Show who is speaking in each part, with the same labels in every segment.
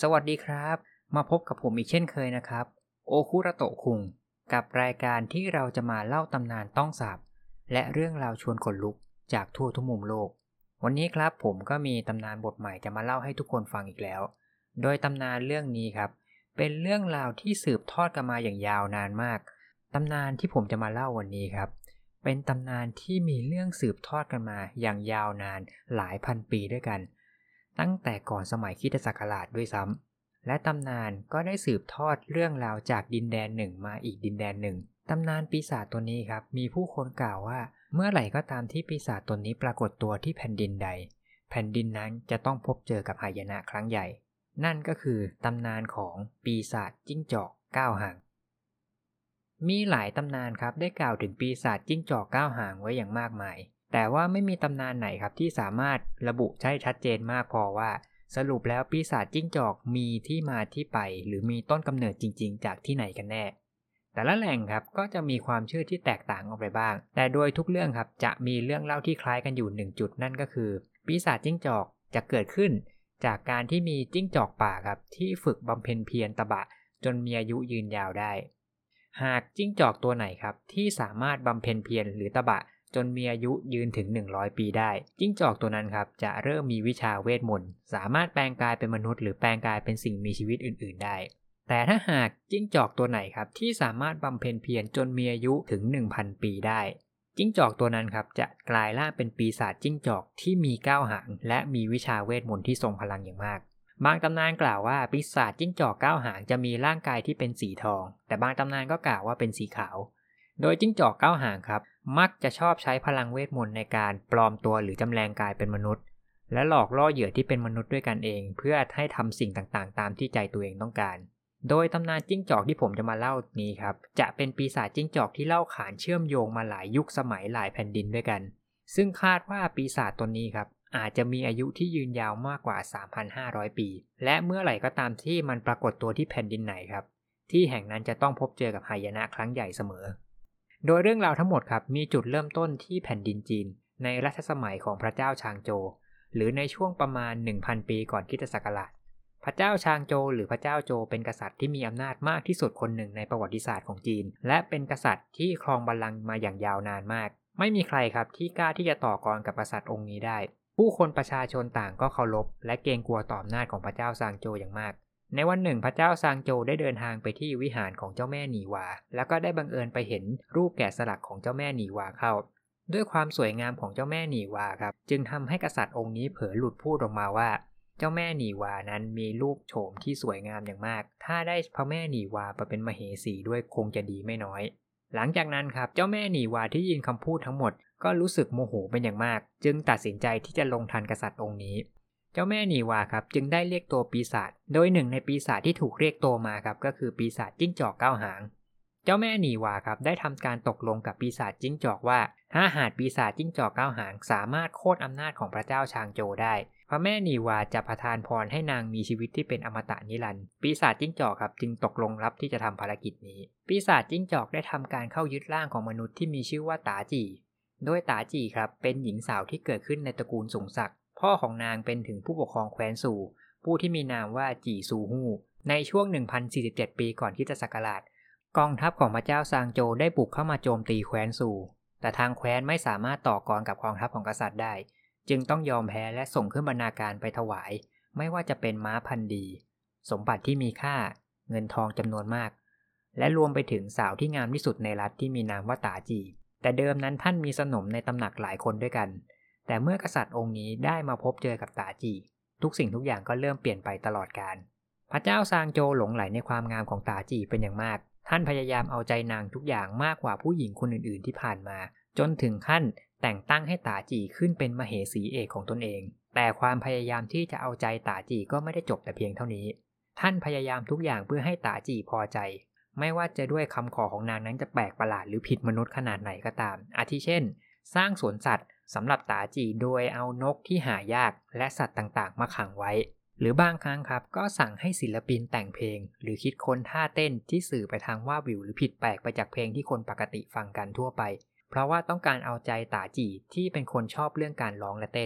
Speaker 1: สวัสดีครับมาพบกับผมอีกเช่นเคยนะครับโอคุระโตะคุงกับรายการที่เราจะมาเล่าตำนานต้องสาปและเรื่องราวชวนขนลุกจากทั่วทุกมุมโลกวันนี้ครับผมก็มีตำนานบทใหม่จะมาเล่าให้ทุกคนฟังอีกแล้วโดยตำนานเรื่องนี้ครับเป็นเรื่องราวที่สืบทอดกันมาอย่างยาวนานมากตำนานที่ผมจะมาเล่าวันนี้ครับเป็นตำนานที่มีเรื่องสืบทอดกันมาอย่างยาวนานหลายพันปีด้วยกันตั้งแต่ก่อนสมัยคริสตศักราชด้วยซ้ำและตำนานก็ได้สืบทอดเรื่องราวจากดินแดนหนึ่งมาอีกดินแดนหนึ่งตำนานปีศาจตัวนี้ครับมีผู้คนกล่าวว่าเมื่อไหร่ก็ตามที่ปีศาจตัวนี้ปรากฏตัวที่แผ่นดินใดแผ่นดินนั้นจะต้องพบเจอกับหายนะครั้งใหญ่นั่นก็คือตำนานของปีศาจจิ้งจอก9 หางมีหลายตำนานครับได้กล่าวถึงปีศาจจิ้งจอก9 หางไว้อย่างมากมายแต่ว่าไม่มีตำนานไหนครับที่สามารถระบุใช้ชัดเจนมากพอว่าสรุปแล้วปีศาจจิ้งจอกมีที่มาที่ไปหรือมีต้นกำเนิดจริงๆจากที่ไหนกันแน่แต่ละแหล่งครับก็จะมีความเชื่อที่แตกต่างออกไปบ้างแต่โดยทุกเรื่องครับจะมีเรื่องเล่าที่คล้ายกันอยู่1จุดนั่นก็คือปีศาจจิ้งจอกจะเกิดขึ้นจากการที่มีจิ้งจอกป่าครับที่ฝึกบำเพ็ญเพียรตบะจนมีอายุยืนยาวได้หากจิ้งจอกตัวไหนครับที่สามารถบำเพ็ญเพียรหรือตบะจนมีอายุยืนถึง100 ปีได้จิ้งจอกตัวนั้นครับจะเริ่มมีวิชาเวทมนต์สามารถแปลงกายเป็นมนุษย์หรือแปลงกายเป็นสิ่งมีชีวิตอื่นๆได้แต่ถ้าหากจิ้งจอกตัวไหนครับที่สามารถบำเพ็ญเพียรจนมีอายุถึง 1,000 ปีได้จิ้งจอกตัวนั้นครับจะกลายร่างเป็นปีศาจจิ้งจอกที่มี9 หางและมีวิชาเวทมนต์ที่ทรงพลังอย่างมากบางตำนานกล่าวว่าปีศาจจิ้งจอก9 หางจะมีร่างกายที่เป็นสีทองแต่บางตำนานก็กล่าวว่าเป็นสีขาวโดยจิ้งจอก9 หางครับมักจะชอบใช้พลังเวทมนต์ในการปลอมตัวหรือจำแรงกายเป็นมนุษย์และหลอกล่อเหยื่อที่เป็นมนุษย์ด้วยกันเองเพื่อให้ทำสิ่งต่างๆตามที่ใจตัวเองต้องการโดยตำนานจิ้งจอกที่ผมจะมาเล่านี้ครับจะเป็นปีศาจจิ้งจอกที่เล่าขานเชื่อมโยงมาหลายยุคสมัยหลายแผ่นดินด้วยกันซึ่งคาดว่าปีศาจตนนี้ครับอาจจะมีอายุที่ยืนยาวมากกว่า 3,500 ปีและเมื่อไหร่ก็ตามที่มันปรากฏตัวที่แผ่นดินไหนครับที่แห่งนั้นจะต้องพบเจอกับหายนะครั้งใหญ่เสมอโดยเรื่องราวทั้งหมดครับมีจุดเริ่มต้นที่แผ่นดินจีนในรัชสมัยของพระเจ้าชางโจวหรือในช่วงประมาณ 1,000 ปีก่อนคริสตศักราชพระเจ้าชางโจวหรือพระเจ้าโจวเป็นกษัตริย์ที่มีอำนาจมากที่สุดคนหนึ่งในประวัติศาสตร์ของจีนและเป็นกษัตริย์ที่ครองบัลลังก์มาอย่างยาวนานมากไม่มีใครครับที่กล้าที่จะต่อกรกับกษัตริย์องค์นี้ได้ผู้คนประชาชนต่างก็เคารพและเกรงกลัวต่ออำนาจของพระเจ้าซางโจวอย่างมากในวันหนึ่งพระเจ้าซางโจวได้เดินทางไปที่วิหารของเจ้าแม่หนีหวาแล้วก็ได้บังเอิญไปเห็นรูปแกะสลักของเจ้าแม่หนีหวาเข้าด้วยความสวยงามของเจ้าแม่หนีหวาครับจึงทำให้กษัตริย์องค์นี้เผลอหลุดพูดออกมาว่าเจ้าแม่หนีหวานั้นมีรูปโฉมที่สวยงามอย่างมากถ้าได้พระแม่หนีหวาไปเป็นมเหสีด้วยคงจะดีไม่น้อยหลังจากนั้นครับเจ้าแม่หนีหวาที่ยินคำพูดทั้งหมดก็รู้สึกโมโหเป็นอย่างมากจึงตัดสินใจที่จะลงทันกษัตริย์องค์นี้เจ้าแม่หนีหวาครับจึงได้เรียกตัวปีศาจโดยหนึ่งในปีศาจที่ถูกเรียกตัวมาครับก็คือปีศาจจิ้งจอก9 หางเจ้าแม่หนีหวาครับได้ทำการตกลงกับปีศาจจิ้งจอกว่าถ้าหากปีศาจจิ้งจอก9 หางสามารถโค่นอำนาจของพระเจ้าชางโจวได้พระแม่หนีหวาจะประทานพรให้นางมีชีวิตที่เป็นอมตะนิรันดร์ปีศาจจิ้งจอกครับจึงตกลงรับที่จะทำภารกิจนี้ปีศาจจิ้งจอกได้ทำการเข้ายึดร่างของมนุษย์ที่มีชื่อว่าตาจีโดยตาจีครับเป็นหญิงสาวที่เกิดขึ้นในตระกูลสูงศักดิ์พ่อของนางเป็นถึงผู้ปกครองแคว้นซูผู้ที่มีนามว่าจีซูฮู้ในช่วง 1,047 ปีก่อนคริสตศักราชกองทัพของพระเจ้าซางโจวได้บุกเข้ามาโจมตีแคว้นซูแต่ทางแคว้นไม่สามารถต่อกรกับกองทัพของกษัตริย์ได้จึงต้องยอมแพ้และส่งเครื่องบรรณาการไปถวายไม่ว่าจะเป็นม้าพันธุ์ดีสมบัติที่มีค่าเงินทองจำนวนมากและรวมไปถึงสาวที่งามที่สุดในรัฐที่มีนามว่าตาจีแต่เดิมนั้นท่านมีสนมในตำหนักหลายคนด้วยกันแต่เมื่อกษัตริย์องค์นี้ได้มาพบเจอกับตาจีทุกสิ่งทุกอย่างก็เริ่มเปลี่ยนไปตลอดกาลพระเจ้าซางโจวหลงใหลในความงามของตาจีเป็นอย่างมากท่านพยายามเอาใจนางทุกอย่างมากกว่าผู้หญิงคนอื่นๆที่ผ่านมาจนถึงขั้นแต่งตั้งให้ตาจีขึ้นเป็นมเหสีเอกของตนเองแต่ความพยายามที่จะเอาใจตาจีก็ไม่ได้จบแต่เพียงเท่านี้ท่านพยายามทุกอย่างเพื่อให้ตาจีพอใจไม่ว่าจะด้วยคำขอของนางนั้นจะแปลกประหลาดหรือผิดมนุษย์ขนาดไหนก็ตามอาทิเช่นสร้างสวนสัตว์สำหรับตาจีโดยเอานกที่หายากและสัตว์ต่างๆมาขังไว้หรือบางครั้งครับก็สั่งให้ศิลปินแต่งเพลงหรือคิดค้นท่าเต้นที่สื่อไปทางว่าวิวหรือผิดแปลกไปจากเพลงที่คนปกติฟังกันทั่วไปเพราะว่าต้องการเอาใจตาจีที่เป็นคนชอบเรื่องการร้องและเต้น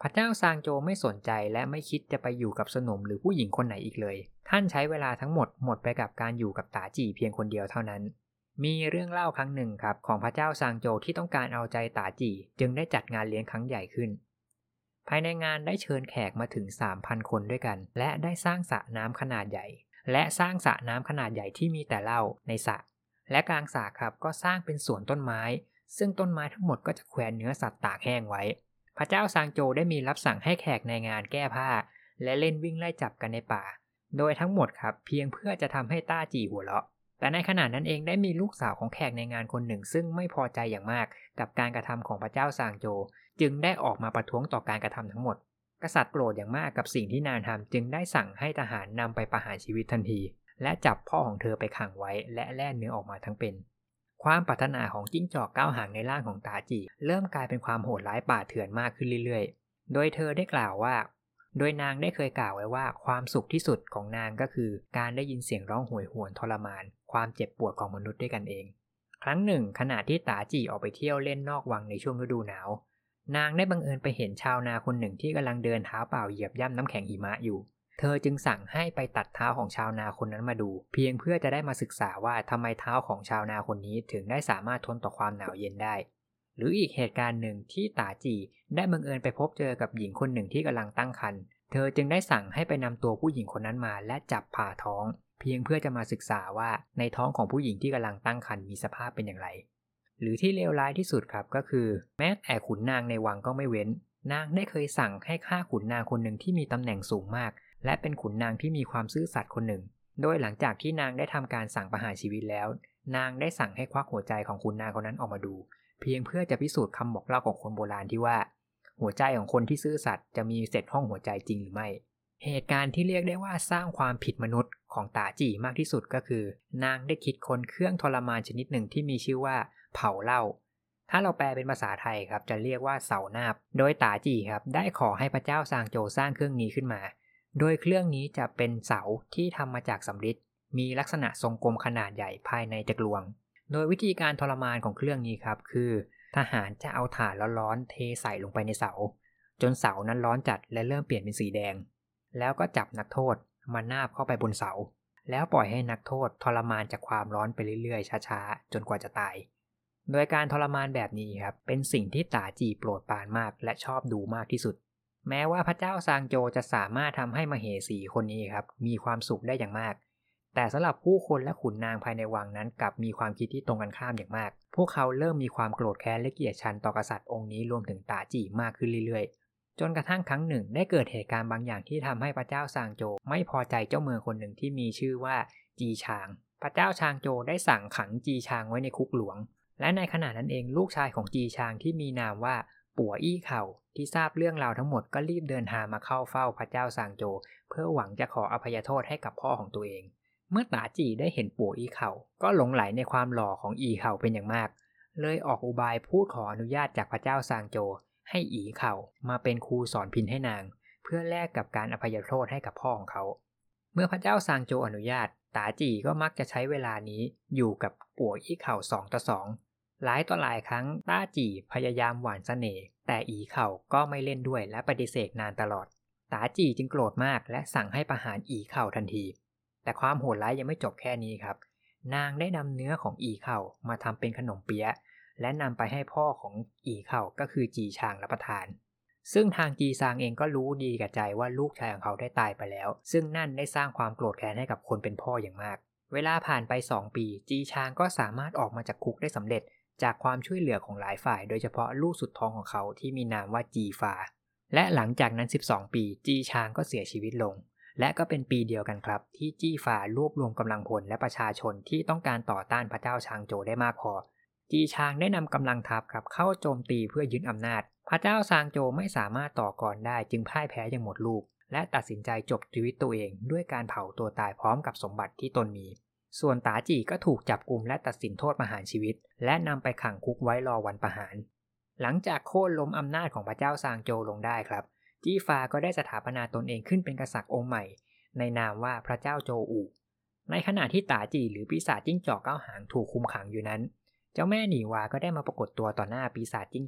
Speaker 1: พระเจ้าซางโจวไม่สนใจและไม่คิดจะไปอยู่กับสนมหรือผู้หญิงคนไหนอีกเลยท่านใช้เวลาทั้งหมดไปกับการอยู่กับตาจีเพียงคนเดียวเท่านั้นมีเรื่องเล่าครั้งหนึ่งครับของพระเจ้าซางโจวที่ต้องการเอาใจตาจีจึงได้จัดงานเลี้ยงครั้งใหญ่ขึ้นภายในงานได้เชิญแขกมาถึง 3,000 คนด้วยกันและได้สร้างสระน้ำขนาดใหญ่ที่มีแต่เหล้าในสระและกลางสระครับก็สร้างเป็นสวนต้นไม้ซึ่งต้นไม้ทั้งหมดก็จะแขวนเนื้อสัตว์ตากแห้งไว้พระเจ้าซางโจวได้มีรับสั่งให้แขกในงานแก้ผ้าและเล่นวิ่งไล่จับกันในป่าโดยทั้งหมดครับเพียงเพื่อจะทำให้ต้าจีหัวเราะแต่ในขณะนั้นเองได้มีลูกสาวของแขกในงานคนหนึ่งซึ่งไม่พอใจอย่างมากกับการกระทำของพระเจ้าซางโจวจึงได้ออกมาประท้วงต่อการกระทำทั้งหมดกษัตริย์โกรธอย่างมากกับสิ่งที่นางทำจึงได้สั่งให้ทหารนำไปประหารชีวิตทันทีและจับพ่อของเธอไปขังไว้และแล่เนื้อออกมาทั้งเป็นความปรารถนาของจิ้งจอกเก้าหางในร่างของตาจีเริ่มกลายเป็นความโหดร้ายป่าเถื่อนมากขึ้นเรื่อยๆโดยเธอได้กล่าวว่าโดยนางได้เคยกล่าวไว้ว่าความสุขที่สุดของนางก็คือการได้ยินเสียงร้องโหยหวนทรมานความเจ็บปวดของมนุษย์ด้วยกันเองครั้งหนึ่งขณะที่ตาจีออกไปเที่ยวเล่นนอกวังในช่วงฤดูหนาวนางได้บังเอิญไปเห็นชาวนาคนหนึ่งที่กำลังเดินเท้าเปล่าเหยียบย่ำน้ำแข็งหิมะอยู่เธอจึงสั่งให้ไปตัดเท้าของชาวนาคนนั้นมาดูเพียงเพื่อจะได้มาศึกษาว่าทำไมเท้าของชาวนาคนนี้ถึงได้สามารถทนต่อความหนาวเย็นได้หรืออีกเหตุการณ์หนึ่งที่ตาจีได้บังเอิญไปพบเจอกับหญิงคนหนึ่งที่กำลังตั้งครรภ์เธอจึงได้สั่งให้ไปนำตัวผู้หญิงคนนั้นมาและจับผ่าท้องเพียงเพื่อจะมาศึกษาว่าในท้องของผู้หญิงที่กำลังตั้งครรภ์มีสภาพเป็นอย่างไรหรือที่เลวร้ายที่สุดครับก็คือแม้แต่ขุนนางในวังก็ไม่เว้นนางได้เคยสั่งให้ฆ่าขุนนางคนหนึ่งที่มีตำแหน่งสูงมากและเป็นขุนนางที่มีความซื่อสัตย์คนหนึ่งโดยหลังจากที่นางได้ทำการสั่งประหารชีวิตแล้วนางได้สั่งให้ควักหัวใจของขุนนางคนนั้นออกมาดูเพียงเพื่อจะพิสูจน์คำบอกเล่าของคนโบราณที่ว่าหัวใจของคนที่ซื่อสัตย์จะมีเศษห้องหัวใจจริงหรือไม่เหตุการณ์ที่เรียกได้ว่าสร้างความผิดมนุษย์ของตาจีมากที่สุดก็คือนางได้คิดค้นเครื่องทรมานชนิดหนึ่งที่มีชื่อว่าเผาเหล้าถ้าเราแปลเป็นภาษาไทยครับจะเรียกว่าเสานาบโดยตาจีครับได้ขอให้พระเจ้าซางโจวสร้างเครื่องนี้ขึ้นมาโดยเครื่องนี้จะเป็นเสาที่ทำมาจากสำริดมีลักษณะทรงกลมขนาดใหญ่ภายในจักรวงโดยวิธีการทรมานของเครื่องนี้ครับคือทหารจะเอาถ่านร้อนๆเทใส่ลงไปในเสาจนเสานั้นร้อนจัดและเริ่มเปลี่ยนเป็นสีแดงแล้วก็จับนักโทษมานาบเข้าไปบนเสาแล้วปล่อยให้นักโทษทรมานจากความร้อนไปเรื่อยๆช้าๆจนกว่าจะตายโดยการทรมานแบบนี้ครับเป็นสิ่งที่ตาจีโปรดปรานมากและชอบดูมากที่สุดแม้ว่าพระเจ้าซางโจวจะสามารถทำให้มเหสีคนนี้ครับมีความสุขได้อย่างมากแต่สำหรับผู้คนและขุนนางภายในวังนั้นกลับมีความคิดที่ตรงกันข้ามอย่างมากพวกเขาเริ่มมีความโกรธแค้นและเกลียดชังต่อกษัตริย์องค์นี้รวมถึงตาจีมากขึ้นเรื่อยๆจนกระทั่งครั้งหนึ่งได้เกิดเหตุการณ์บางอย่างที่ทำให้พระเจ้าซางโจวไม่พอใจเจ้าเมืองคนหนึ่งที่มีชื่อว่าจีชางพระเจ้าชางโจวได้สั่งขังจีชางไว้ในคุกหลวงและในขณะนั้นเองลูกชายของจีชางที่มีนามว่าปัวอี้เข่าที่ทราบเรื่องราวทั้งหมดก็รีบเดินทางมาเข้าเฝ้าพระเจ้าซางโจวเพื่อหวังจะขออภัยโทษให้กับพ่อของตัวเองเมื่อตาจีได้เห็นปัวอี้เข่าก็หลงไหลในความหล่อของอีเข่าเป็นอย่างมากเลยออกอุบายพูดขออนุญาตจากพระเจ้าซางโจวให้อีเข่ามาเป็นครูสอนพิณให้นางเพื่อแลกกับการอภัยโทษให้กับพ่อของเขาเมื่อพระเจ้าซางโจวอนุญาตตาจีก็มักจะใช้เวลานี้อยู่กับปัวอี้เข่า2 ต่อ 2หลายต่อหลายครั้งต้าจีพยายามหว่านเสน่ห์แต่อีเข่าก็ไม่เล่นด้วยและปฏิเสธนานตลอดตาจีจึงโกรธมากและสั่งให้ประหารอีเข่าทันทีแต่ความโหดร้ายยังไม่จบแค่นี้ครับนางได้นำเนื้อของอีเข่ามาทำเป็นขนมเปี๊ยะและนำไปให้พ่อของอีเข่าก็คือจีชางรับประทานซึ่งทางจีซางเองก็รู้ดีกับใจว่าลูกชายของเขาได้ตายไปแล้วซึ่งนั่นได้สร้างความโกรธแค้นให้กับคนเป็นพ่ออย่างมากเวลาผ่านไป2 ปีจีชางก็สามารถออกมาจากคุกได้สำเร็จจากความช่วยเหลือของหลายฝ่ายโดยเฉพาะลูกสุดท้องของเขาที่มีนามว่าจีฟาและหลังจากนั้น12 ปีจีชางก็เสียชีวิตลงและก็เป็นปีเดียวกันครับที่จี้ฟารวบรวมกำลังพลและประชาชนที่ต้องการต่อต้านพระเจ้าชางโจวได้มากพอจีชางได้นำกำลังทัพครับเข้าโจมตีเพื่อยึดอำนาจพระเจ้าซางโจวไม่สามารถต่อกรได้จึงพ่ายแพ้อย่างหมดลูกและตัดสินใจจบชีวิตตัวเองด้วยการเผาตัวตายพร้อมกับสมบัติที่ตนมีส่วนตาจีก็ถูกจับกุมและตัดสินโทษประหารชีวิตและนำไปขังคุกไว้รอวันประหารหลังจากโค่นล้มอำนาจของพระเจ้าซางโจวลงได้ครับจี้ฟาก็ได้สถาปนาตนเองขึ้นเป็นกษัตริย์องค์ใหม่ในนามว่าพระเจ้าโจอูในขณะที่ตาจีหรือปีศาจจิ้งจอก9 หางถูกคุมขังอยู่นั้นเจ้าแม่หนีวาก็ได้มาปรากฏตัวต่อหน้าปีศาจจิ้งจอก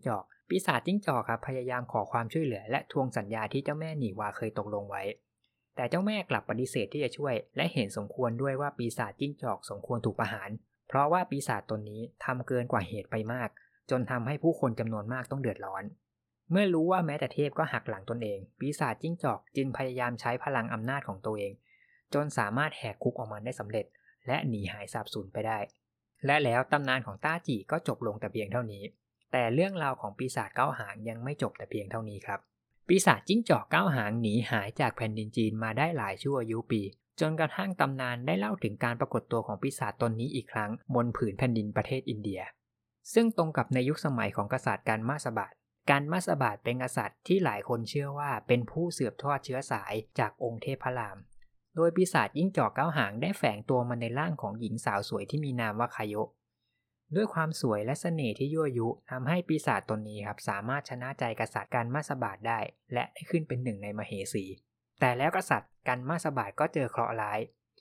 Speaker 1: ปีศาจจิ้งจอกครับพยายามขอความช่วยเหลือและทวงสัญญาที่เจ้าแม่หนีวาเคยตกลงไว้แต่เจ้าแม่กลับปฏิเสธที่จะช่วยและเห็นสมควรด้วยว่าปีศาจจิ้งจอกสมควรถูกประหารเพราะว่าปีศาจตนนี้ทำเกินกว่าเหตุไปมากจนทำให้ผู้คนจำนวนมากต้องเดือดร้อนเมื่อรู้ว่าแม้แต่เทพก็หักหลังตนเองปีศาจจิ้งจอกจึงพยายามใช้พลังอำนาจของตัวเองจนสามารถแหกคุกออกมาได้สำเร็จและหนีหายสาบสูญไปได้และแล้วตำนานของต้าจีก็จบลงแต่เพียงเท่านี้แต่เรื่องราวของปีศาจเก้าหางยังไม่จบแต่เพียงเท่านี้ครับปีศาจจิ้งจอกเก้าหางหนีหายจากแผ่นดินจีนมาได้หลายชั่วอายุปีจนกระทั่งตำนานได้เล่าถึงการปรากฏตัวของปีศาจตนนี้อีกครั้งบนผืนแผ่นดินประเทศอินเดียซึ่งตรงกับในยุคสมัยของกษัตริย์กันมาสบาทเป็นกษัตริย์ที่หลายคนเชื่อว่าเป็นผู้สืบทอดเชื้อสายจากองค์เทพพระรามโดยปีศาจจิ้งจอกเก้าหางได้แฝงตัวมาในร่างของหญิงสาวสวยที่มีนามว่าคาโยะด้วยความสวยและเสน่ห์ที่ยั่วยุทำให้ปีศาจตนนี้ครับสามารถชนะใจกษัตริย์กันมาสบาทได้และได้ขึ้นเป็นหนึ่งในมเหสีแต่แล้วกษัตริย์กันมาสบาทก็เจอเคราะห์ร้าย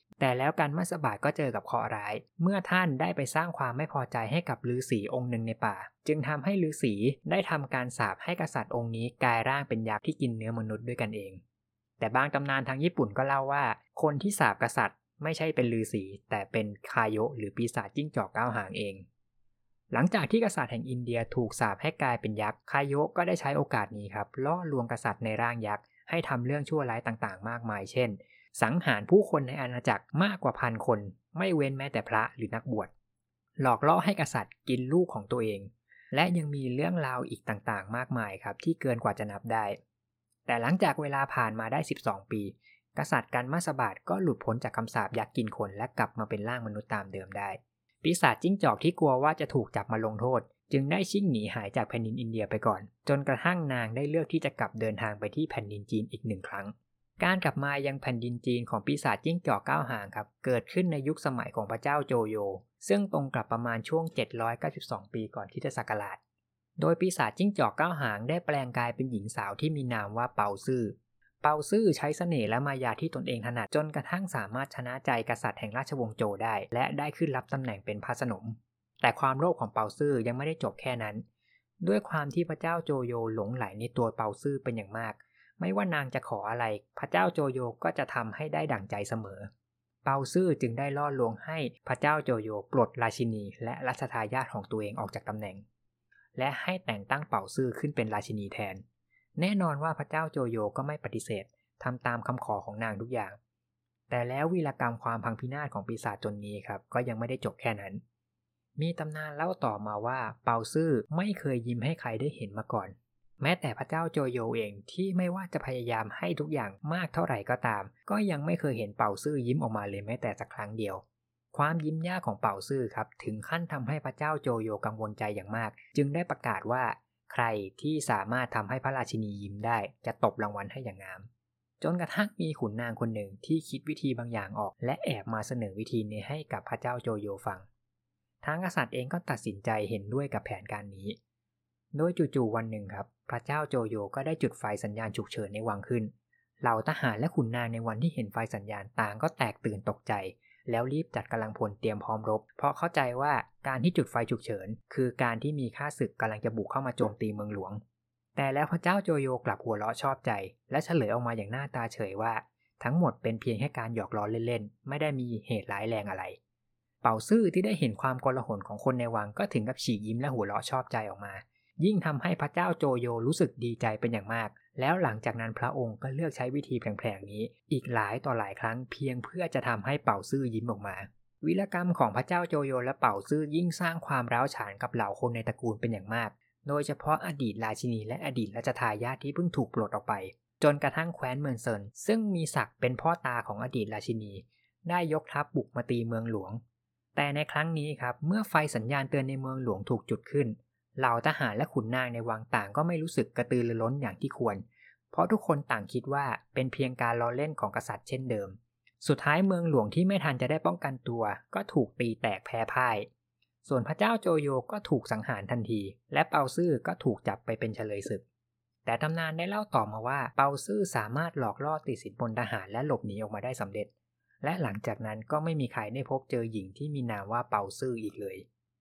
Speaker 1: เมื่อท่านได้ไปสร้างความไม่พอใจให้กับฤาษีองค์หนึ่งในป่าจึงทำให้ฤาษีได้ทำการสาปให้กษัตริย์องค์นี้กลายร่างเป็นยักษ์ที่กินเนื้อมนุษย์ด้วยกันเองแต่บางตำนานทางญี่ปุ่นก็เล่าว่าคนที่สาปกษัตริย์ไม่ใช่เป็นฤาษีแต่เป็นคาโยะหรือปีศาจจิ้งจอกเก้าหางเองหลังจากที่กษัตริย์แห่งอินเดียถูกสาปให้กลายเป็นยักษ์คาโยะก็ได้ใช้โอกาสนี้ครับล่อลวงกษัตริย์ในร่างยักษ์ให้ทำเรื่องชั่วร้ายต่างๆมากมายเช่นสังหารผู้คนในอาณาจักรมากกว่า1,000 คนไม่เว้นแม้แต่พระหรือนักบวชหลอกล่อให้กษัตริย์กินลูกของตัวเองและยังมีเรื่องราวอีกต่างๆมากมายครับที่เกินกว่าจะนับได้แต่หลังจากเวลาผ่านมาได้12 ปีกษัตริย์กันมาสบาทก็หลุดพ้นจากคำสาปยักษ์กินคนและกลับมาเป็นร่างมนุษย์ตามเดิมได้ปีศาจจิ้งจอกที่กลัวว่าจะถูกจับมาลงโทษจึงได้ชิ่งหนีหายจากแผ่นดินอินเดียไปก่อนจนกระทั่งนางได้เลือกที่จะกลับเดินทางไปที่แผ่นดินจีนอีก1 ครั้งการกลับมายังแผ่นดินจีนของปีศาจจิ้งจอกเก้าหางครับเกิดขึ้นในยุคสมัยของพระเจ้าโจโยซึ่งตรงกับประมาณช่วง792 ปีก่อนคริสตศักราชโดยปีศาจจิ้งจอกเก้าหางได้แปลงกายเป็นหญิงสาวที่มีนามว่าเปาซื่อใช้เสน่ห์และมายาที่ตนเองถนัดจนกระทั่งสามารถชนะใจกษัตริย์แห่งราชวงศ์โจวได้และได้ขึ้นรับตำแหน่งเป็นพระสนมแต่ความโลภของเปาซื่อยังไม่ได้จบแค่นั้นด้วยความที่พระเจ้าโจโยหลงใหลในตัวเปาซื่อเป็นอย่างมากไม่ว่านางจะขออะไรพระเจ้าโจโยก็จะทำให้ได้ดั่งใจเสมอเปาซื่อจึงได้ล่อลวงให้พระเจ้าโจโยปลดราชินีและรัชทายาทของตัวเองออกจากตำแหน่งและให้แต่งตั้งเปาซื่อขึ้นเป็นราชินีแทนแน่นอนว่าพระเจ้าโจโยก็ไม่ปฏิเสธทำตามคำขอของนางทุกอย่างแต่แล้ววีรกรรมความพังพินาศของปีศาจตนนี้ครับก็ยังไม่ได้จบแค่นั้นมีตำนานเล่าต่อมาว่าเปาซื่อไม่เคยยิ้มให้ใครได้เห็นมาก่อนแม้แต่พระเจ้าโจโยเองที่ไม่ว่าจะพยายามให้ทุกอย่างมากเท่าไหร่ก็ตามก็ยังไม่เคยเห็นเป่าซื่อยิ้มออกมาเลยแม้แต่สักครั้งเดียวความยิ้มยากของเป่าซื่อครับถึงขั้นทำให้พระเจ้าโจโยกังวลใจอย่างมากจึงได้ประกาศว่าใครที่สามารถทำให้พระราชินียิ้มได้จะตบรางวัลให้อย่างงามจนกระทั่งมีขุนนางคนหนึ่งที่คิดวิธีบางอย่างออกและแอบมาเสนอวิธีนี้ให้กับพระเจ้าโจโยฟังทางกษัตริย์เองก็ตัดสินใจเห็นด้วยกับแผนการนี้โดยจู่ๆวันหนึ่งครับพระเจ้าโจโยก็ได้จุดไฟสัญญาณฉุกเฉินในวังขึ้นเหล่าทหารและขุนนางในวันที่เห็นไฟสัญญาณต่างก็แตกตื่นตกใจแล้วรีบจัดกำลังพลเตรียมพร้อมรบเพราะเข้าใจว่าการที่จุดไฟฉุกเฉินคือการที่มีข้าศึกกำลังจะบุกเข้ามาโจมตีเมืองหลวงแต่แล้วพระเจ้าโจโยกลับหัวเราะชอบใจและเฉลยออกมาอย่างหน้าตาเฉยว่าทั้งหมดเป็นเพียงแค่การหยอกล้อเล่นๆไม่ได้มีเหตุร้ายแรงอะไรเป่าซื่อที่ได้เห็นความโกลาหลของคนในวังก็ถึงกับฉีกยิ้มและหัวเราะชอบใจออกมายิ่งทำให้พระเจ้าโจโยรู้สึกดีใจเป็นอย่างมากแล้วหลังจากนั้นพระองค์ก็เลือกใช้วิธีแผลงๆนี้อีกหลายต่อหลายครั้งเพียงเพื่อจะทำให้เป่าซื่อยิ้มออกมาวีรกรรมของพระเจ้าโจโยและเป่าซื่อยิ่งสร้างความร้าวฉานกับเหล่าคนในตระกูลเป็นอย่างมากโดยเฉพาะอดีตราชินีและอดีตรัชทายาทที่เพิ่งถูกปลดออกไปจนกระทั่งแคว้นเมืองเซินซึ่งมีศักดิ์เป็นพ่อตาของอดีตราชินีได้ยกทัพบุกมาตีเมืองหลวงแต่ในครั้งนี้ครับเมื่อไฟสัญญาณเตือนในเมืองหลวงถูกจุดขึ้นเหล่าทหารและขุนนางในวังต่างก็ไม่รู้สึกกระตือรือร้นอย่างที่ควรเพราะทุกคนต่างคิดว่าเป็นเพียงการล้อเล่นของกษัตริย์เช่นเดิมสุดท้ายเมืองหลวงที่ไม่ทันจะได้ป้องกันตัวก็ถูกตีแตกแพ้พ่ายส่วนพระเจ้าโจโยก็ถูกสังหารทันทีและเปาซื่อก็ถูกจับไปเป็นเฉลยศึกแต่ตำนานได้เล่าต่อมาว่าเปาซื่อสามารถหลอกล่อติดสินบนทหารและหลบหนีออกมาได้สำเร็จและหลังจากนั้นก็ไม่มีใครได้พบเจอหญิงที่มีนามว่าเปาซื่ออีกเลย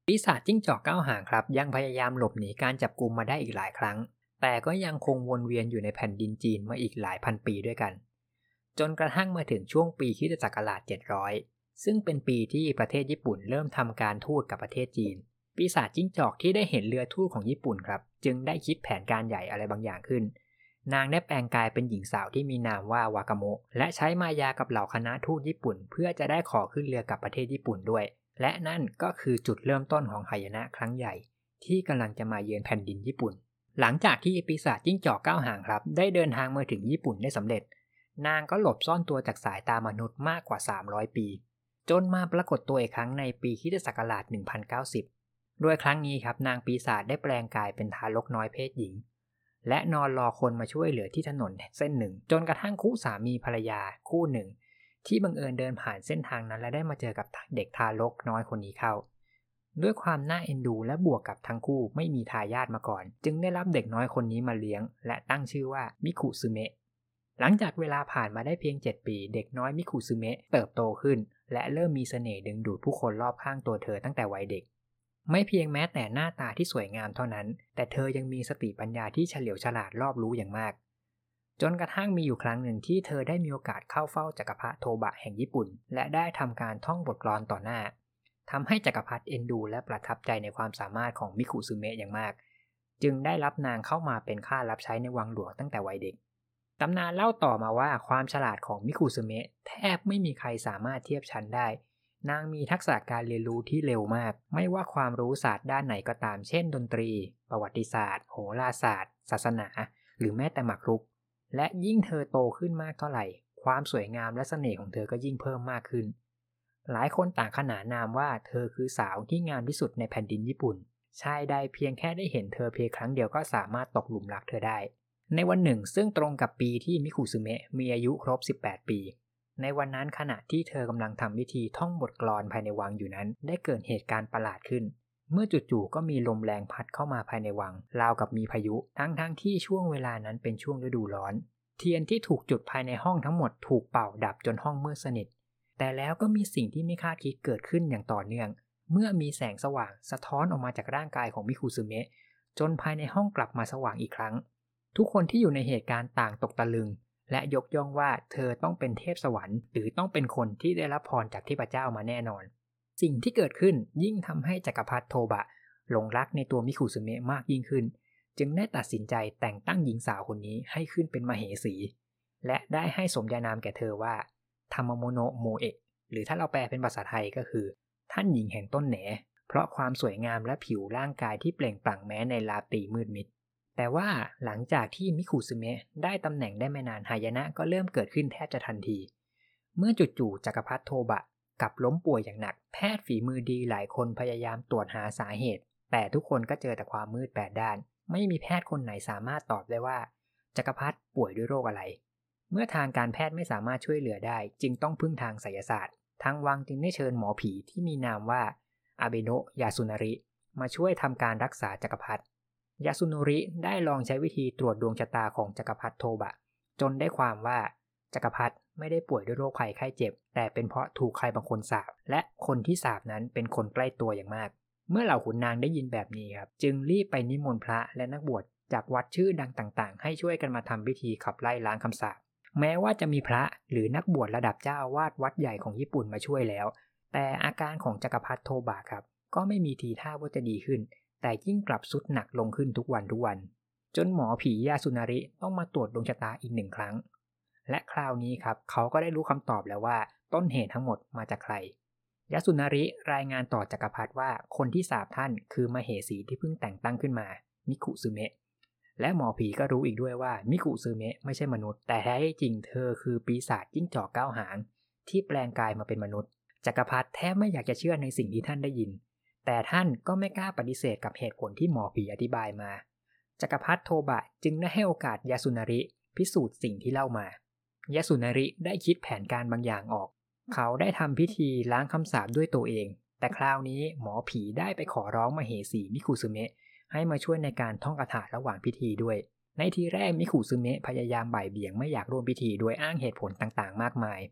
Speaker 1: ปีศาจจิ้งจอกเก้าหางครับยังพยายามหลบหนีการจับกุมมาได้อีกหลายครั้งแต่ก็ยังคงวนเวียนอยู่ในแผ่นดินจีนมาอีกหลายพันปีด้วยกันจนกระทั่งมาถึงช่วงปีคริสตศักราช700ซึ่งเป็นปีที่ประเทศญี่ปุ่นเริ่มทำการทูตกับประเทศจีนปีศาจจิ้งจอกที่ได้เห็นเรือทูตของญี่ปุ่นครับจึงได้คิดแผนการใหญ่อะไรบางอย่างขึ้นนางได้แปลงกายเป็นหญิงสาวที่มีนามว่าวากาโมะและใช้มายากับเหล่าคณะทูตญี่ปุ่นเพื่อจะได้ขอขึ้นเรือกับประเทศญี่ปุ่นด้วยและนั่นก็คือจุดเริ่มต้นของหายนะครั้งใหญ่ที่กำลังจะมาเยือนแผ่นดินญี่ปุ่นหลังจากที่ปีศาจจิ้งจอกเก้าหางครับได้เดินทางมาถึงญี่ปุ่นได้สำเร็จนางก็หลบซ่อนตัวจากสายตามนุษย์มากกว่า300ปีจนมาปรากฏตัวอีกครั้งในปีคริสตศักราช1090โดยครั้งนี้ครับนางปีศาจได้แปลงกายเป็นทารกน้อยเพศหญิงและนอนรอคนมาช่วยเหลือที่ถนนเส้นหนึ่งจนกระทั่งคู่สามีภรรยาคู่หนึ่งที่บังเอิญเดินผ่านเส้นทางนั้นและได้มาเจอกับเด็กทารกน้อยคนนี้เข้าด้วยความน่าเอ็นดูและบวกกับทั้งคู่ไม่มีทายาทมาก่อนจึงได้รับเด็กน้อยคนนี้มาเลี้ยงและตั้งชื่อว่ามิคุซึเมะหลังจากเวลาผ่านมาได้เพียง7ปีเด็กน้อยมิคุซึเมะเติบโตขึ้นและเริ่มมีเสน่ห์ดึงดูดผู้คนรอบข้างตัวเธอตั้งแต่วัยเด็กไม่เพียงแม้แต่หน้าตาที่สวยงามเท่านั้นแต่เธอยังมีสติปัญญาที่เฉลียวฉลาดรอบรู้อย่างมากจนกระทั่งมีอยู่ครั้งหนึ่งที่เธอได้มีโอกาสเข้าเฝ้าจักรพรรดิโทบะแห่งญี่ปุ่นและได้ทำการท่องบทกลอนต่อหน้าทำให้จักรพรรดิเอ็นดูและประทับใจในความสามารถของมิคุซึเมะอย่างมากจึงได้รับนางเข้ามาเป็นข้ารับใช้ในวังหลวงตั้งแต่วัยเด็กตำนานเล่าต่อมาว่าความฉลาดของมิคุซึเมะแทบไม่มีใครสามารถเทียบชั้นได้นางมีทักษะการเรียนรู้ที่เร็วมากไม่ว่าความรู้ศาสตร์ด้านไหนก็ตามเช่นดนตรีประวัติศาสตร์โหราศาสตร์ศาสนาหรือแม้แต่หมากรุกและยิ่งเธอโตขึ้นมากเท่าไหร่ความสวยงามและเสน่ห์ของเธอก็ยิ่งเพิ่มมากขึ้นหลายคนต่างขนานนามว่าเธอคือสาวที่งามที่สุดในแผ่นดินญี่ปุ่นชายใดเพียงแค่ได้เห็นเธอเพียงครั้งเดียวก็สามารถตกหลุมรักเธอได้ในวันหนึ่งซึ่งตรงกับปีที่มิคุซึเมะมีอายุครบ18ปีในวันนั้นขณะที่เธอกำลังทำพิธีท่องบทกลอนภายในวังอยู่นั้นได้เกิดเหตุการณ์ประหลาดขึ้นเมื่อจู่ๆก็มีลมแรงพัดเข้ามาภายในวังราวกับมีพายุทั้งที่ช่วงเวลานั้นเป็นช่วงฤดูร้อนเทียนที่ถูกจุดภายในห้องทั้งหมดถูกเป่าดับจนห้องมืดสนิทแต่แล้วก็มีสิ่งที่ไม่คาดคิดเกิดขึ้นอย่างต่อเนื่องเมื่อมีแสงสว่างสะท้อนออกมาจากร่างกายของมิคุซึเมะจนภายในห้องกลับมาสว่างอีกครั้งทุกคนที่อยู่ในเหตุการณ์ต่างตกตะลึงและยกย่องว่าเธอต้องเป็นเทพสวรรค์หรือต้องเป็นคนที่ได้รับพรจากเทพเจ้ามาแน่นอนสิ่งที่เกิดขึ้นยิ่งทำให้จักรพรรดิโทบะหลงรักในตัวมิคุซึเมะมากยิ่งขึ้นจึงได้ตัดสินใจแต่งตั้งหญิงสาวคนนี้ให้ขึ้นเป็นมเหสีและได้ให้สมญานามแก่เธอว่าธรรมโมโนะโมเอะหรือถ้าเราแปลเป็นภาษาไทยก็คือท่านหญิงแห่งต้นแหนเพราะความสวยงามและผิวร่างกายที่เปล่งปลั่งแม้ในราตรีมืดมิดแต่ว่าหลังจากที่มิคุซึเมะได้ตำแหน่งได้ไม่นานหายนะก็เริ่มเกิดขึ้นแทบจะทันทีเมื่อจู่ๆจักรพรรดิโทบะกลับล้มป่วยอย่างหนักแพทย์ฝีมือดีหลายคนพยายามตรวจหาสาเหตุแต่ทุกคนก็เจอแต่ความมืดแปดด้านไม่มีแพทย์คนไหนสามารถตอบได้ว่าจักรพรรดิป่วยด้วยโรคอะไรเมื่อทางการแพทย์ไม่สามารถช่วยเหลือได้จึงต้องพึ่งทางไสยศาสตร์ทางวังจึงได้เชิญหมอผีที่มีนามว่าอาเบโนะยาสุนาริมาช่วยทำการรักษาจักรพรรดิยาสุนาริได้ลองใช้วิธีตรวจดวงชะตาของจักรพรรดิโทบะจนได้ความว่าจักรพรรดิไม่ได้ป่วยด้วยโรคภัยไข้เจ็บแต่เป็นเพราะถูกใครบางคนสาปและคนที่สาปนั้นเป็นคนใกล้ตัวอย่างมากเมื่อเหล่าขุนนางได้ยินแบบนี้ครับจึงรีบไปนิมนต์พระและนักบวชจากวัดชื่อดังต่างๆให้ช่วยกันมาทำพิธีขับไล่ล้างคำสาปแม้ว่าจะมีพระหรือนักบวชระดับเจ้าอาวาสวัดใหญ่ของญี่ปุ่นมาช่วยแล้วแต่อาการของจักรพรรดิโทบะครับก็ไม่มีทีท่าว่าจะดีขึ้นแต่ยิ่งกลับทรุดหนักลงขึ้นทุกวันจนหมอผียาสุนาริต้องมาตรวจดวงชะตาอีก1 ครั้งและคราวนี้ครับเขาก็ได้รู้คำตอบแล้วว่าต้นเหตุทั้งหมดมาจากใครยาสุนาริรายงานต่อจักรพรรดิว่าคนที่สาปท่านคือมเหสีที่เพิ่งแต่งตั้งขึ้นมามิคุซึเมะและหมอผีก็รู้อีกด้วยว่ามิคุซึเมะไม่ใช่มนุษย์แต่แท้จริงเธอคือปีศาจจิ้งจอก9 หางที่แปลงกายมาเป็นมนุษย์จักรพรรดิแทบไม่อยากจะเชื่อในสิ่งที่ท่านได้ยินแต่ท่านก็ไม่กล้าปฏิเสธกับเหตุผลที่หมอผีอธิบายมาจักรพรรดิโทบะจึงได้ให้โอกาสยาสุนาริพิสูจน์สิ่งที่เล่ามายาสุนาริได้คิดแผนการบางอย่างออกเขาได้ทำพิธีล้างคำสาปด้วยตัวเองแต่คราวนี้หมอผีได้ไปขอร้องมเหสีมิคุซึเมะให้มาช่วยในการท่องคาถาระหว่างพิธีด้วยในทีแรกมิคุซึเมะพยายามบ่ายเบี่ยงไม่อยากร่วมพิธีโดยอ้างเหตุผลต่างๆมากมาย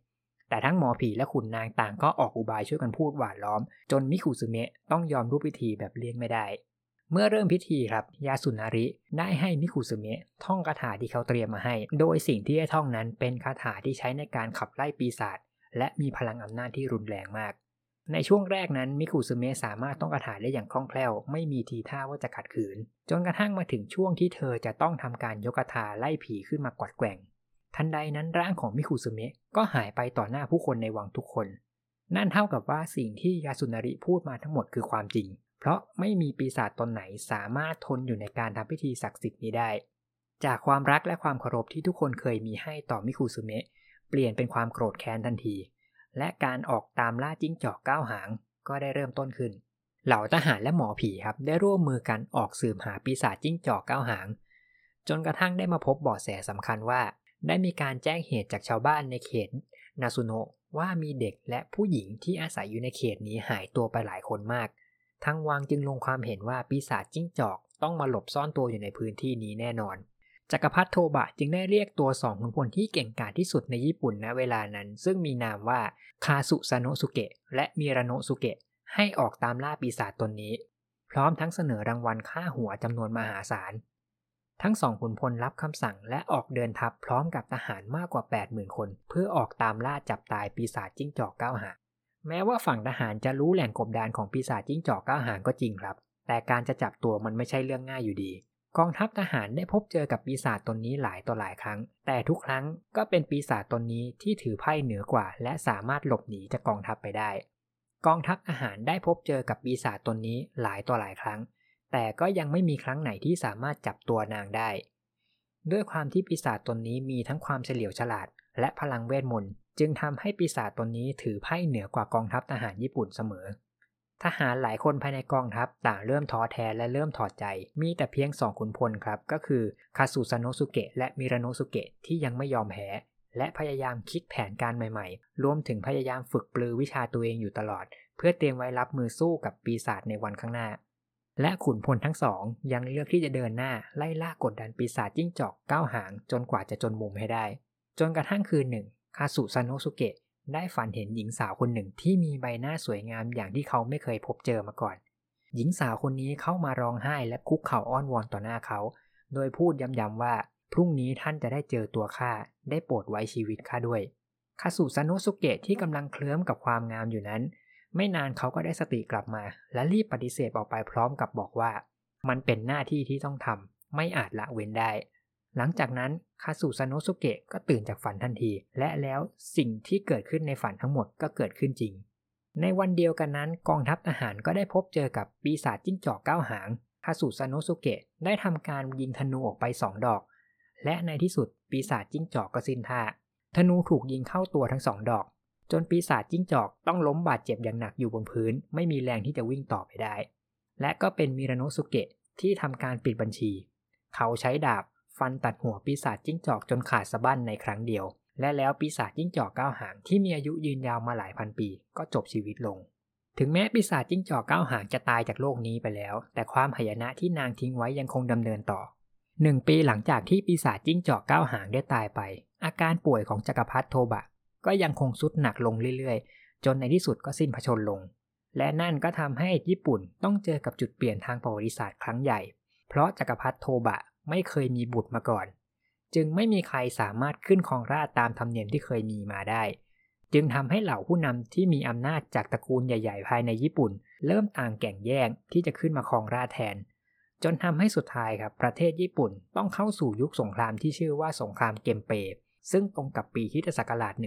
Speaker 1: แต่ทั้งหมอผีและขุนนางต่างก็ออกอุบายช่วยกันพูดหวานล้อมจนมิคุซึเมะต้องยอมร่วมพิธีแบบเลี่ยงไม่ได้เมื่อเริ่มพิธีครับยาสุนาริได้ให้มิคุซึเมะท่องคาถาที่เขาเตรียมมาให้โดยสิ่งที่ให้ท่องนั้นเป็นคาถาที่ใช้ในการขับไล่ปีศาจและมีพลังอำนาจที่รุนแรงมากในช่วงแรกนั้นมิคุซึเมะสามารถท่องคาถาได้อย่างคล่องแคล่วไม่มีทีท่าว่าจะขัดขืนจนกระทั่งมาถึงช่วงที่เธอจะต้องทำการยกคาถาไล่ผีขึ้นมากวัดแกว่งทันใดนั้นร่างของมิคุซึเมะก็หายไปต่อหน้าผู้คนในวังทุกคนนั่นเท่ากับว่าสิ่งที่ยาสุนาริพูดมาทั้งหมดคือความจริงเพราะไม่มีปีศาจตนไหนสามารถทนอยู่ในการทำพิธีศักดิ์สิทธิ์นี้ได้จากความรักและความเคารพที่ทุกคนเคยมีให้ต่อมิคุซึเมะเปลี่ยนเป็นความโกรธแค้นทันทีและการออกตามล่าจิ้งจอก9 หางก็ได้เริ่มต้นขึ้นเหล่าทหารและหมอผีครับได้ร่วมมือกันออกสืบหาปีศาจจิ้งจอก9 หางจนกระทั่งได้มาพบเบาะแสสำคัญว่าได้มีการแจ้งเหตุจากชาวบ้านในเขตนาซุโนะว่ามีเด็กและผู้หญิงที่อาศัยอยู่ในเขตนี้หายตัวไปหลายคนมากทางวังจึงลงความเห็นว่าปีศาจจิ้งจอกต้องมาหลบซ่อนตัวอยู่ในพื้นที่นี้แน่นอนจักรพรรดิโทบะจึงได้เรียกตัว2 ขุนพลที่เก่งกาจที่สุดในญี่ปุ่นณเวลานั้นซึ่งมีนามว่าคาสุซาโนะสุเกะและมิราโนะสุเกะให้ออกตามล่าปีศาจตนนี้พร้อมทั้งเสนอรางวัลค่าหัวจำนวนมหาศาลทั้ง2 ขุนพลรับคำสั่งและออกเดินทัพพร้อมกับทหารมากกว่า 80,000 คนเพื่อออกตามล่าจับตายปีศาจจิ้งจอก9 หางแม้ว่าฝั่งทหารจะรู้แหล่งกบดานของปีศาจจิ้งจอก9 หางก็จริงครับแต่การจะจับตัวมันไม่ใช่เรื่องง่ายอยู่ดีกองทัพทหารได้พบเจอกับปีศาจตนนี้หลายต่อหลายครั้งแต่ทุกครั้งก็เป็นปีศาจตนนี้ที่ถือไพ่เหนือกว่าและสามารถหลบหนีจากกองทัพไปได้กองทัพทหารได้พบเจอกับปีศาจตนนี้หลายต่อหลายครั้งแต่ก็ยังไม่มีครั้งไหนที่สามารถจับตัวนางได้ด้วยความที่ปีศาจตนนี้มีทั้งความเฉลียวฉลาดและพลังเวทมนต์จึงทำให้ปีศาจตนนี้ถือไพ่เหนือกว่ากองทัพทหารญี่ปุ่นเสมอทหารหลายคนภายในกองทัพต่างเริ่มท้อแท้และเริ่มถอดใจมีแต่เพียง2 ขุนพลครับก็คือคาสุซาโนะสุเกะและมิราโนะสุเกะที่ยังไม่ยอมแพ้และพยายามคิดแผนการใหม่ๆรวมถึงพยายามฝึกปรือวิชาตัวเองอยู่ตลอดเพื่อเตรียมไว้รับมือสู้กับปีศาจในวันข้างหน้าและขุนพลทั้งสองยังเลือกที่จะเดินหน้าไล่ล่ากดดันปีศาจจิ้งจอก9 หางจนกว่าจะจนมุมให้ได้จนกระทั่งคืนหนึ่งคาสุซาโนะสุเกะได้ฝันเห็นหญิงสาวคนหนึ่งที่มีใบหน้าสวยงามอย่างที่เขาไม่เคยพบเจอมาก่อนหญิงสาวคนนี้เข้ามาร้องไห้และคุกเข่าอ้อนวอนต่อหน้าเขาโดยพูดย้ำๆว่าพรุ่งนี้ท่านจะได้เจอตัวข้าได้โปรดไว้ชีวิตข้าด้วยคาสุซาโนะสุเกะที่กำลังเคลิ้มกับความงามอยู่นั้นไม่นานเขาก็ได้สติกลับมาและรีบปฏิเสธออกไปพร้อมกับบอกว่ามันเป็นหน้าที่ที่ต้องทำไม่อาจละเว้นได้หลังจากนั้นคาสุซาโนะสุเกะก็ตื่นจากฝันทันทีและแล้วสิ่งที่เกิดขึ้นในฝันทั้งหมดก็เกิดขึ้นจริงในวันเดียวกันนั้นกองทัพทหารก็ได้พบเจอกับปีศาจจิ้งจอก9 หางคาสุซาโนะสุเกะได้ทำการยิงธนูออกไป2 ดอกและในที่สุดปีศาจจิ้งจอกก็สิ้นท่าธนูถูกยิงเข้าตัวทั้ง2 ดอกจนปีศาจจิ้งจอกต้องล้มบาดเจ็บอย่างหนักอยู่บนพื้นไม่มีแรงที่จะวิ่งต่อไปได้และก็เป็นมิราโนะสุเกะที่ทำการปิดบัญชีเขาใช้ดาบฟันตัดหัวปีศาจจิ้งจอกจนขาดสะบั้นในครั้งเดียวและแล้วปีศาจจิ้งจอก9 หางที่มีอายุยืนยาวมาหลายพันปีก็จบชีวิตลงถึงแม้ปีศาจจิ้งจอก9 หางจะตายจากโลกนี้ไปแล้วแต่ความหายนะที่นางทิ้งไว้ยังคงดำเนินต่อ1 ปีหลังจากที่ปีศาจจิ้งจอก9 หางได้ตายไปอาการป่วยของจักรพรรดิโทบะก็ยังคงทรุดหนักลงเรื่อยๆจนในที่สุดก็สิ้นพระชนม์ลงและนั่นก็ทำให้ญี่ปุ่นต้องเจอกับจุดเปลี่ยนทางประวัติศาสตร์ครั้งใหญ่เพราะจักรพรรดิโทบะไม่เคยมีบุตรมาก่อนจึงไม่มีใครสามารถขึ้นครองราชย์ตามธรรมเนียมที่เคยมีมาได้จึงทำให้เหล่าผู้นำที่มีอำนาจจากตระกูลใหญ่ๆภายในญี่ปุ่นเริ่มต่างแข่งแย่งที่จะขึ้นมาครองราชย์แทนจนทำให้สุดท้ายครับประเทศญี่ปุ่นต้องเข้าสู่ยุคสงครามที่ชื่อว่าสงครามเกมเปซึ่งตรงกับปีคริสตศักราช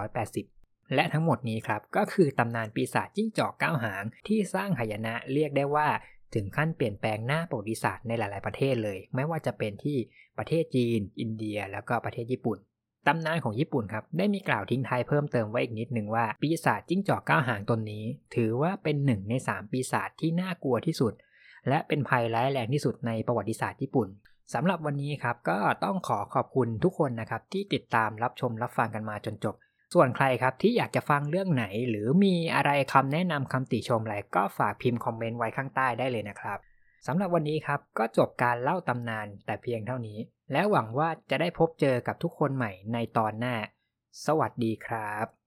Speaker 1: 1180 และทั้งหมดนี้ครับก็คือตำนานปีศาจจิ้งจอก9 หางที่สร้างหายนะเรียกได้ว่าถึงขั้นเปลี่ยนแปลงหน้าประวัติศาสตร์ในหลายๆประเทศเลยไม่ว่าจะเป็นที่ประเทศจีนอินเดียแล้วก็ประเทศญี่ปุ่นตำนานของญี่ปุ่นครับได้มีกล่าวทิ้งท้ายเพิ่มเติมไว้อีกนิดนึงว่าปีศาจจิ้งจอก9 หางตนนี้ถือว่าเป็น1 ใน 3ปีศาจที่น่ากลัวที่สุดและเป็นภัยร้ายแรงที่สุดในประวัติศาสตร์ญี่ปุ่นสำหรับวันนี้ครับก็ต้องขอบคุณทุกคนนะครับที่ติดตามรับชมรับฟังกันมาจนจบส่วนใครครับที่อยากจะฟังเรื่องไหนหรือมีอะไรคำแนะนำคำติชมอะไรก็ฝากพิมพ์คอมเมนต์ไว้ข้างใต้ได้เลยนะครับสำหรับวันนี้ครับก็จบการเล่าตำนานแต่เพียงเท่านี้และหวังว่าจะได้พบเจอกับทุกคนใหม่ในตอนหน้าสวัสดีครับ